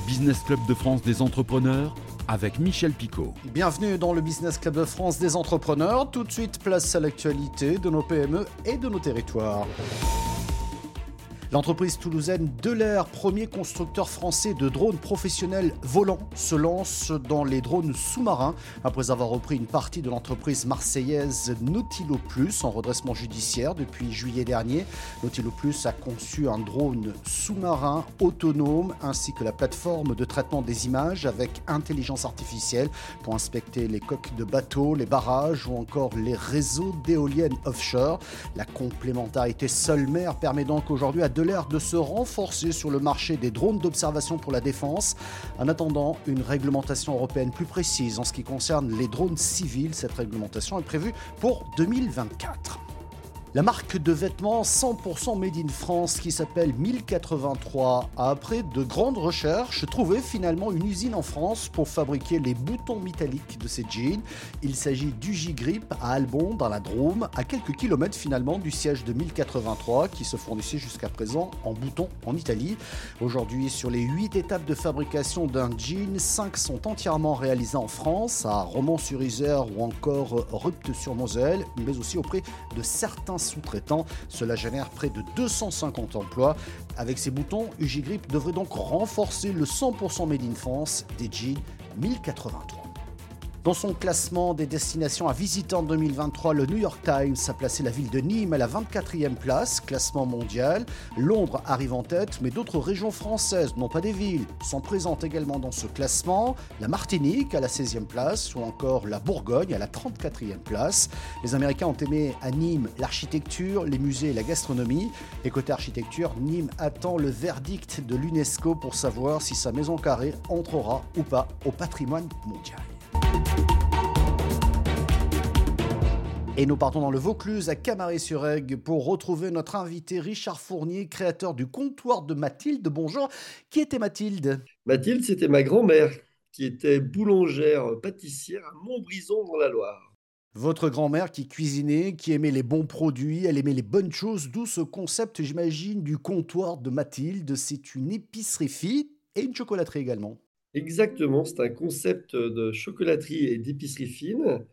Business Club de France des entrepreneurs avec Michel Picot. Bienvenue dans le Business Club de France des entrepreneurs. Tout de suite, place à l'actualité de nos PME et de nos territoires. L'entreprise toulousaine Delair, premier constructeur français de drones professionnels volants, se lance dans les drones sous-marins après avoir repris une partie de l'entreprise marseillaise Nautilo Plus en redressement judiciaire depuis juillet dernier. Nautilo Plus a conçu un drone sous-marin autonome ainsi que la plateforme de traitement des images avec intelligence artificielle pour inspecter les coques de bateaux, les barrages ou encore les réseaux d'éoliennes offshore. La complémentarité sol-mer permet donc aujourd'hui à Delair de se renforcer sur le marché des drones d'observation pour la défense. En attendant une réglementation européenne plus précise en ce qui concerne les drones civils, cette réglementation est prévue pour 2024. La marque de vêtements 100% Made in France qui s'appelle 1083 a, après de grandes recherches, trouvé finalement une usine en France pour fabriquer les boutons métalliques de ces jeans. Il s'agit d'Ugigrip à Albon dans la Drôme, à quelques kilomètres finalement du siège de 1083 qui se fournissait jusqu'à présent en boutons en Italie. Aujourd'hui, sur les 8 étapes de fabrication d'un jean, 5 sont entièrement réalisées en France, à Romans-sur-Isère ou encore Rupt-sur-Moselle, mais aussi auprès de certains sous-traitants. Cela génère près de 250 emplois. Avec ces boutons, Ugigrip devrait donc renforcer le 100% Made in France des jeans 1083. Dans son classement des destinations à visiter en 2023, le New York Times a placé la ville de Nîmes à la 24e place, classement mondial. Londres arrive en tête, mais d'autres régions françaises, non pas des villes, sont présentes également dans ce classement. La Martinique à la 16e place ou encore la Bourgogne à la 34e place. Les Américains ont aimé à Nîmes l'architecture, les musées et la gastronomie. Et côté architecture, Nîmes attend le verdict de l'UNESCO pour savoir si sa maison carrée entrera ou pas au patrimoine mondial. Et nous partons dans le Vaucluse, à Camaret-sur-Aigle, pour retrouver notre invité Richard Fournier, créateur du comptoir de Mathilde. Bonjour, qui était Mathilde ? Mathilde, c'était ma grand-mère qui était boulangère pâtissière à Montbrison dans la Loire. Votre grand-mère qui cuisinait, qui aimait les bons produits, elle aimait les bonnes choses, d'où ce concept, j'imagine, du comptoir de Mathilde. C'est une épicerie fine et une chocolaterie également. Exactement, c'est un concept de chocolaterie et d'épicerie fine.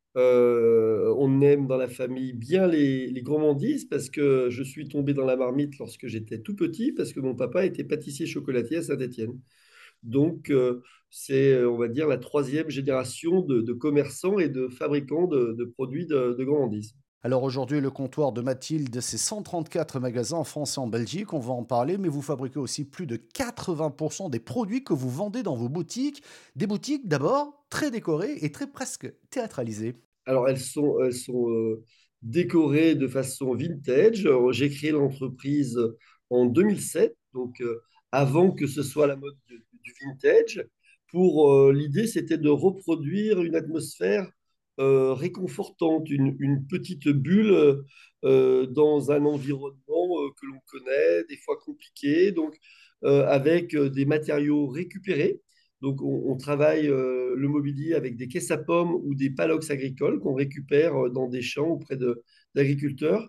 On aime dans la famille bien les gourmandises parce que je suis tombé dans la marmite lorsque j'étais tout petit parce que mon papa était pâtissier chocolatier à Saint-Étienne. Donc, c'est, on va dire, la troisième génération de commerçants et de fabricants de produits de gourmandises. Alors aujourd'hui, le comptoir de Mathilde, c'est 134 magasins en France et en Belgique, on va en parler, mais vous fabriquez aussi plus de 80% des produits que vous vendez dans vos boutiques. Des boutiques d'abord très décorées et très presque théâtralisées. Alors, elles sont décorées de façon vintage. J'ai créé l'entreprise en 2007, donc avant que ce soit la mode du vintage. L'idée, c'était de reproduire une atmosphère réconfortante, une petite bulle dans un environnement que l'on connaît, des fois compliqué, donc avec des matériaux récupérés. Donc, on travaille le mobilier avec des caisses à pommes ou des palox agricoles qu'on récupère dans des champs d'agriculteurs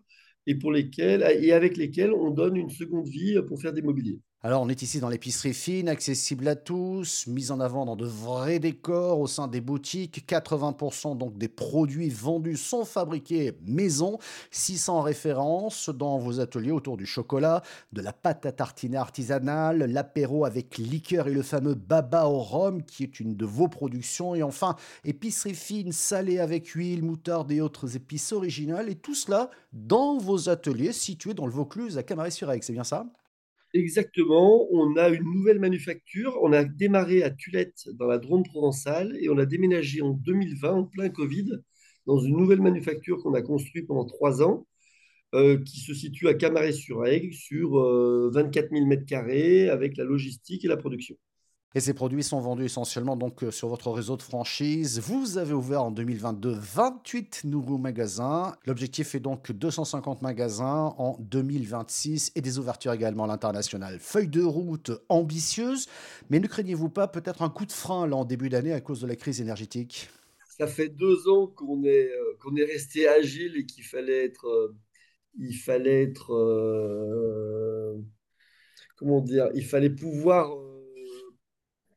et avec lesquels on donne une seconde vie pour faire des mobiliers. Alors on est ici dans l'épicerie fine, accessible à tous, mise en avant dans de vrais décors au sein des boutiques. 80% donc des produits vendus sont fabriqués maison. 600 références dans vos ateliers autour du chocolat, de la pâte à tartiner artisanale, l'apéro avec liqueur et le fameux baba au rhum qui est une de vos productions. Et enfin, épicerie fine, salée avec huile, moutarde et autres épices originales. Et tout cela dans vos ateliers situés dans le Vaucluse à Camaret-sur-Aigle, c'est bien ça ? Exactement, on a une nouvelle manufacture. On a démarré à Tulette dans la Drôme provençale et on a déménagé en 2020, en plein Covid, dans une nouvelle manufacture qu'on a construite pendant 3 ans, qui se situe à Camaret-sur-Aigle sur 24 000 mètres carrés avec la logistique et la production. Et ces produits sont vendus essentiellement donc sur votre réseau de franchise. Vous avez ouvert en 2022 28 nouveaux magasins. L'objectif est donc 250 magasins en 2026 et des ouvertures également à l'international. Feuille de route ambitieuse, mais ne craignez-vous pas peut-être un coup de frein là en début d'année à cause de la crise énergétique ? Ça fait 2 ans qu'on est resté agile et comment dire, il fallait pouvoir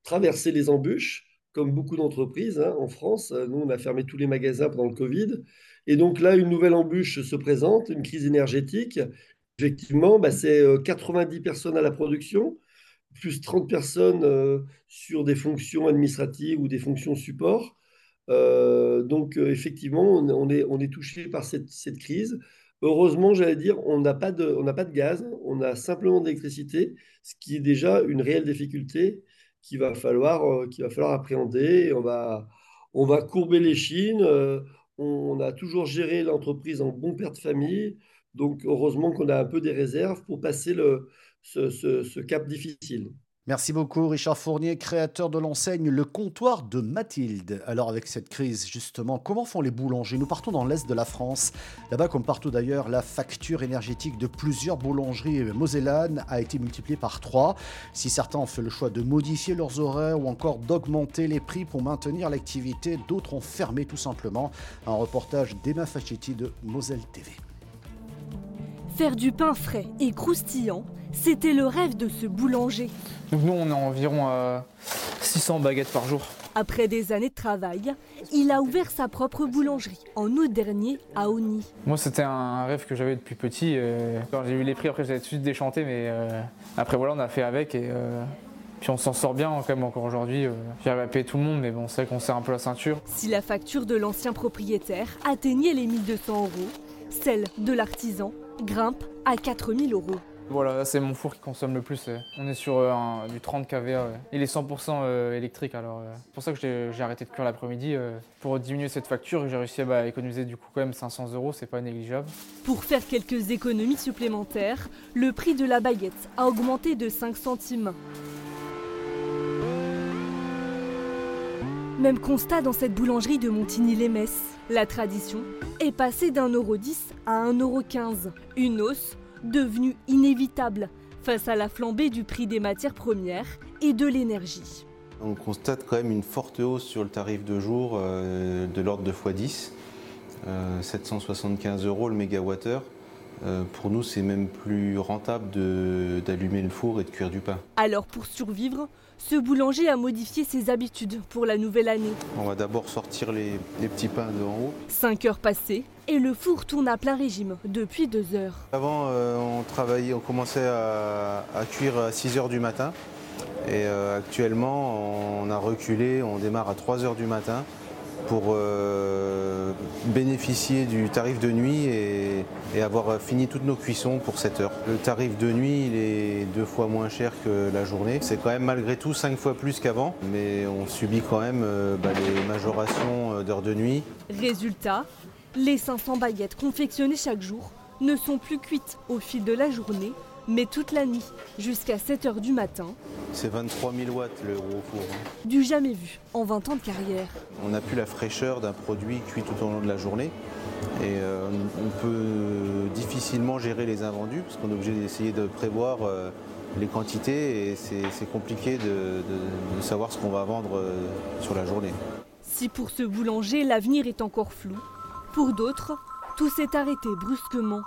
traverser les embûches, comme beaucoup d'entreprises hein, en France. Nous, on a fermé tous les magasins pendant le Covid. Et donc là, une nouvelle embûche se présente, une crise énergétique. Effectivement, c'est 90 personnes à la production, plus 30 personnes sur des fonctions administratives ou des fonctions support. Effectivement, on est touché par cette crise. Heureusement, j'allais dire, on n'a pas de gaz, on a simplement de l'électricité, ce qui est déjà une réelle difficulté qu'il va falloir appréhender. On va courber les chines. On a toujours géré l'entreprise en bon père de famille. Donc, heureusement qu'on a un peu des réserves pour passer ce cap difficile. Merci beaucoup Richard Fournier, créateur de l'enseigne Le Comptoir de Mathilde. Alors avec cette crise justement, comment font les boulangers? Nous partons dans l'est de la France. Là-bas, comme partout d'ailleurs, la facture énergétique de plusieurs boulangeries mosellanes a été multipliée par 3. Si certains ont fait le choix de modifier leurs horaires ou encore d'augmenter les prix pour maintenir l'activité, d'autres ont fermé tout simplement. Un reportage d'Emma Facchetti de Moselle TV. Faire du pain frais et croustillant, c'était le rêve de ce boulanger. Donc nous, on a environ 600 baguettes par jour. Après des années de travail, il a ouvert sa propre boulangerie en août dernier à Osny. Moi, c'était un rêve que j'avais depuis petit. Quand j'ai eu les prix, après, j'avais tout de suite déchanté, mais après, voilà, on a fait avec et puis on s'en sort bien quand même encore aujourd'hui. J'arrive à payer tout le monde, mais bon, c'est vrai qu'on serre un peu la ceinture. Si la facture de l'ancien propriétaire atteignait les 1 200 €, celle de l'artisan grimpe à 4 000 €. Voilà, c'est mon four qui consomme le plus. On est sur du 30 kVA. Il est 100% électrique, alors c'est pour ça que j'ai arrêté de cuire l'après-midi. Pour diminuer cette facture, j'ai réussi à économiser du coup quand même 500 €, c'est pas négligeable. Pour faire quelques économies supplémentaires, le prix de la baguette a augmenté de 5 centimes. Même constat dans cette boulangerie de Montigny-lès-Metz. La tradition est passée d'1,10 € à 1,15 €. Une hausse devenue inévitable face à la flambée du prix des matières premières et de l'énergie. On constate quand même une forte hausse sur le tarif de jour de l'ordre de x10, 775 € le mégawattheure. Pour nous, c'est même plus rentable d'allumer le four et de cuire du pain. Alors pour survivre, ce boulanger a modifié ses habitudes pour la nouvelle année. On va d'abord sortir les petits pains de en haut. 5 heures passées et le four tourne à plein régime depuis 2 heures. Avant, on commençait à cuire à 6 heures du matin. Et actuellement, on a reculé, on démarre à 3 heures du matin pour bénéficier du tarif de nuit et avoir fini toutes nos cuissons pour 7 heures. Le tarif de nuit, il est 2 fois moins cher que la journée. C'est quand même malgré tout 5 fois plus qu'avant, mais on subit quand même les majorations d'heures de nuit. Résultat, les 500 baguettes confectionnées chaque jour ne sont plus cuites au fil de la journée, mais toute la nuit, jusqu'à 7 heures du matin. C'est 23 000 watts le gros four. Du jamais vu en 20 ans de carrière. On n'a plus la fraîcheur d'un produit cuit tout au long de la journée et on peut difficilement gérer les invendus parce qu'on est obligé d'essayer de prévoir les quantités et c'est compliqué de savoir ce qu'on va vendre sur la journée. Si pour ce boulanger, l'avenir est encore flou, pour d'autres, tout s'est arrêté brusquement.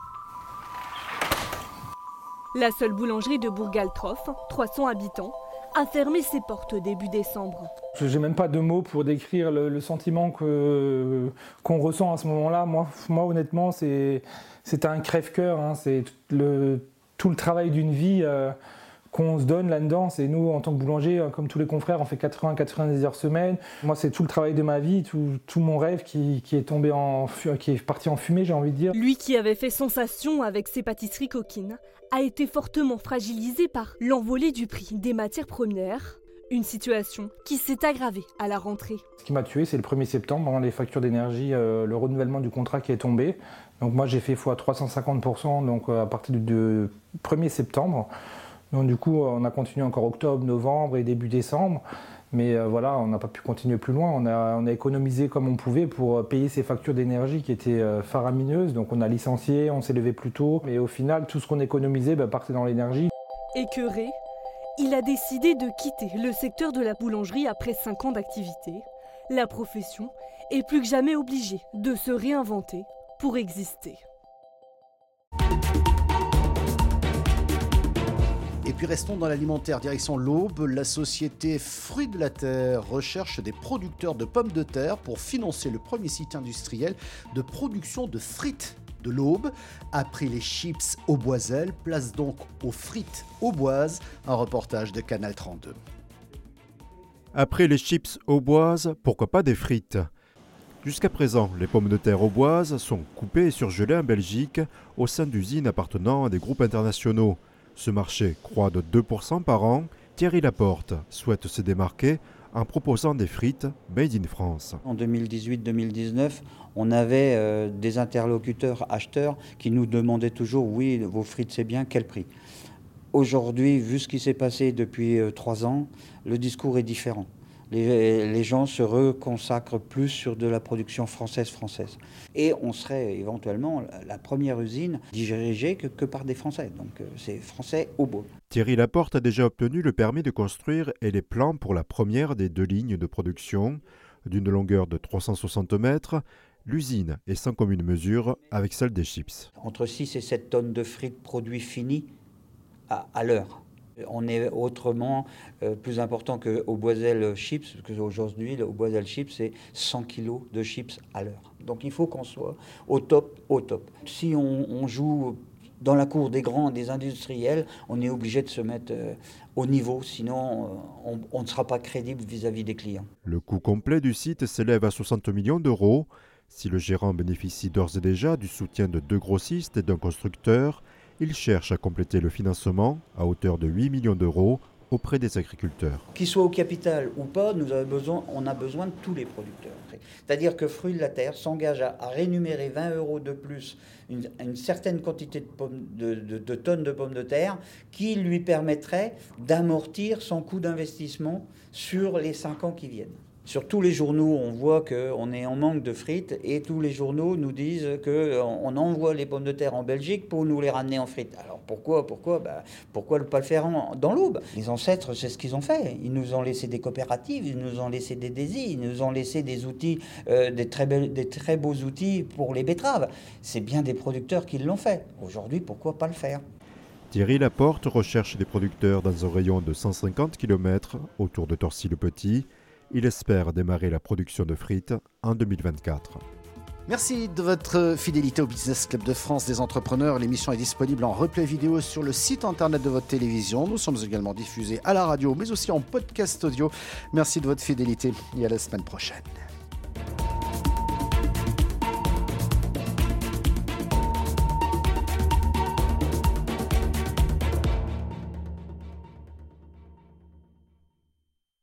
La seule boulangerie de Bourg-Galtroff, 300 habitants, a fermé ses portes début décembre. Je n'ai même pas de mots pour décrire le sentiment qu'on ressent à ce moment-là. Moi honnêtement, c'est un crève-cœur. Hein. C'est tout le travail d'une vie qu'on se donne là-dedans. C'est nous, en tant que boulanger, comme tous les confrères, on fait 80-90 heures semaine. Moi, c'est tout le travail de ma vie, tout mon rêve qui est parti en fumée, j'ai envie de dire. Lui qui avait fait sensation avec ses pâtisseries coquines, a été fortement fragilisé par l'envolée du prix des matières premières. Une situation qui s'est aggravée à la rentrée. Ce qui m'a tué, c'est le 1er septembre, les factures d'énergie, le renouvellement du contrat qui est tombé. Donc moi, j'ai fait x 350%, donc à partir du 1er septembre. Donc du coup, on a continué encore octobre, novembre et début décembre. Mais voilà, on n'a pas pu continuer plus loin. On a économisé comme on pouvait pour payer ces factures d'énergie qui étaient faramineuses. Donc on a licencié, on s'est levé plus tôt. Mais au final, tout ce qu'on économisait partait dans l'énergie. Écœuré, il a décidé de quitter le secteur de la boulangerie après 5 ans d'activité. La profession est plus que jamais obligée de se réinventer pour exister. Et puis restons dans l'alimentaire, direction l'Aube. La société Fruits de la Terre recherche des producteurs de pommes de terre pour financer le premier site industriel de production de frites de l'Aube. Après les chips auboiselles, place donc aux frites auboises. Un reportage de Canal 32. Après les chips auboises, pourquoi pas des frites ? Jusqu'à présent, les pommes de terre auboises sont coupées et surgelées en Belgique au sein d'usines appartenant à des groupes internationaux. Ce marché croît de 2% par an. Thierry Laporte souhaite se démarquer en proposant des frites made in France. En 2018-2019, on avait des interlocuteurs acheteurs qui nous demandaient toujours « oui, vos frites c'est bien, quel prix ?» Aujourd'hui, vu ce qui s'est passé depuis 3 ans, le discours est différent. Les gens se reconsacrent plus sur de la production française. Et on serait éventuellement la première usine dirigée que par des Français. Donc c'est français au beau. Thierry Laporte a déjà obtenu le permis de construire et les plans pour la première des 2 lignes de production. D'une longueur de 360 mètres, l'usine est sans commune mesure avec celle des chips. Entre 6 et 7 tonnes de frites produits finis à l'heure. On est autrement plus important qu'au Boiselle Chips, parce qu'aujourd'hui, au Boiselle Chips, c'est 100 kg de chips à l'heure. Donc il faut qu'on soit au top. Si on joue dans la cour des grands, des industriels, on est obligé de se mettre au niveau, sinon on ne sera pas crédible vis-à-vis des clients. Le coût complet du site s'élève à 60 millions d'euros. Si le gérant bénéficie d'ores et déjà du soutien de 2 grossistes et d'un constructeur, il cherche à compléter le financement à hauteur de 8 millions d'euros auprès des agriculteurs. Qu'ils soient au capital ou pas, on a besoin de tous les producteurs. C'est-à-dire que Fruits de la Terre s'engage à rémunérer 20 € de plus une certaine quantité de tonnes de pommes de terre qui lui permettrait d'amortir son coût d'investissement sur les 5 ans qui viennent. Sur tous les journaux, on voit qu'on est en manque de frites et tous les journaux nous disent qu'on envoie les pommes de terre en Belgique pour nous les ramener en frites. Alors pourquoi ne pas le faire dans l'Aube ? Les ancêtres, c'est ce qu'ils ont fait. Ils nous ont laissé des coopératives, ils nous ont laissé des DESI, ils nous ont laissé des outils, des très beaux outils pour les betteraves. C'est bien des producteurs qui l'ont fait. Aujourd'hui, pourquoi pas le faire ? Thierry Laporte recherche des producteurs dans un rayon de 150 km autour de Torcy-le-Petit. Il espère démarrer la production de frites en 2024. Merci de votre fidélité au Business Club de France des entrepreneurs. L'émission est disponible en replay vidéo sur le site internet de votre télévision. Nous sommes également diffusés à la radio, mais aussi en podcast audio. Merci de votre fidélité et à la semaine prochaine.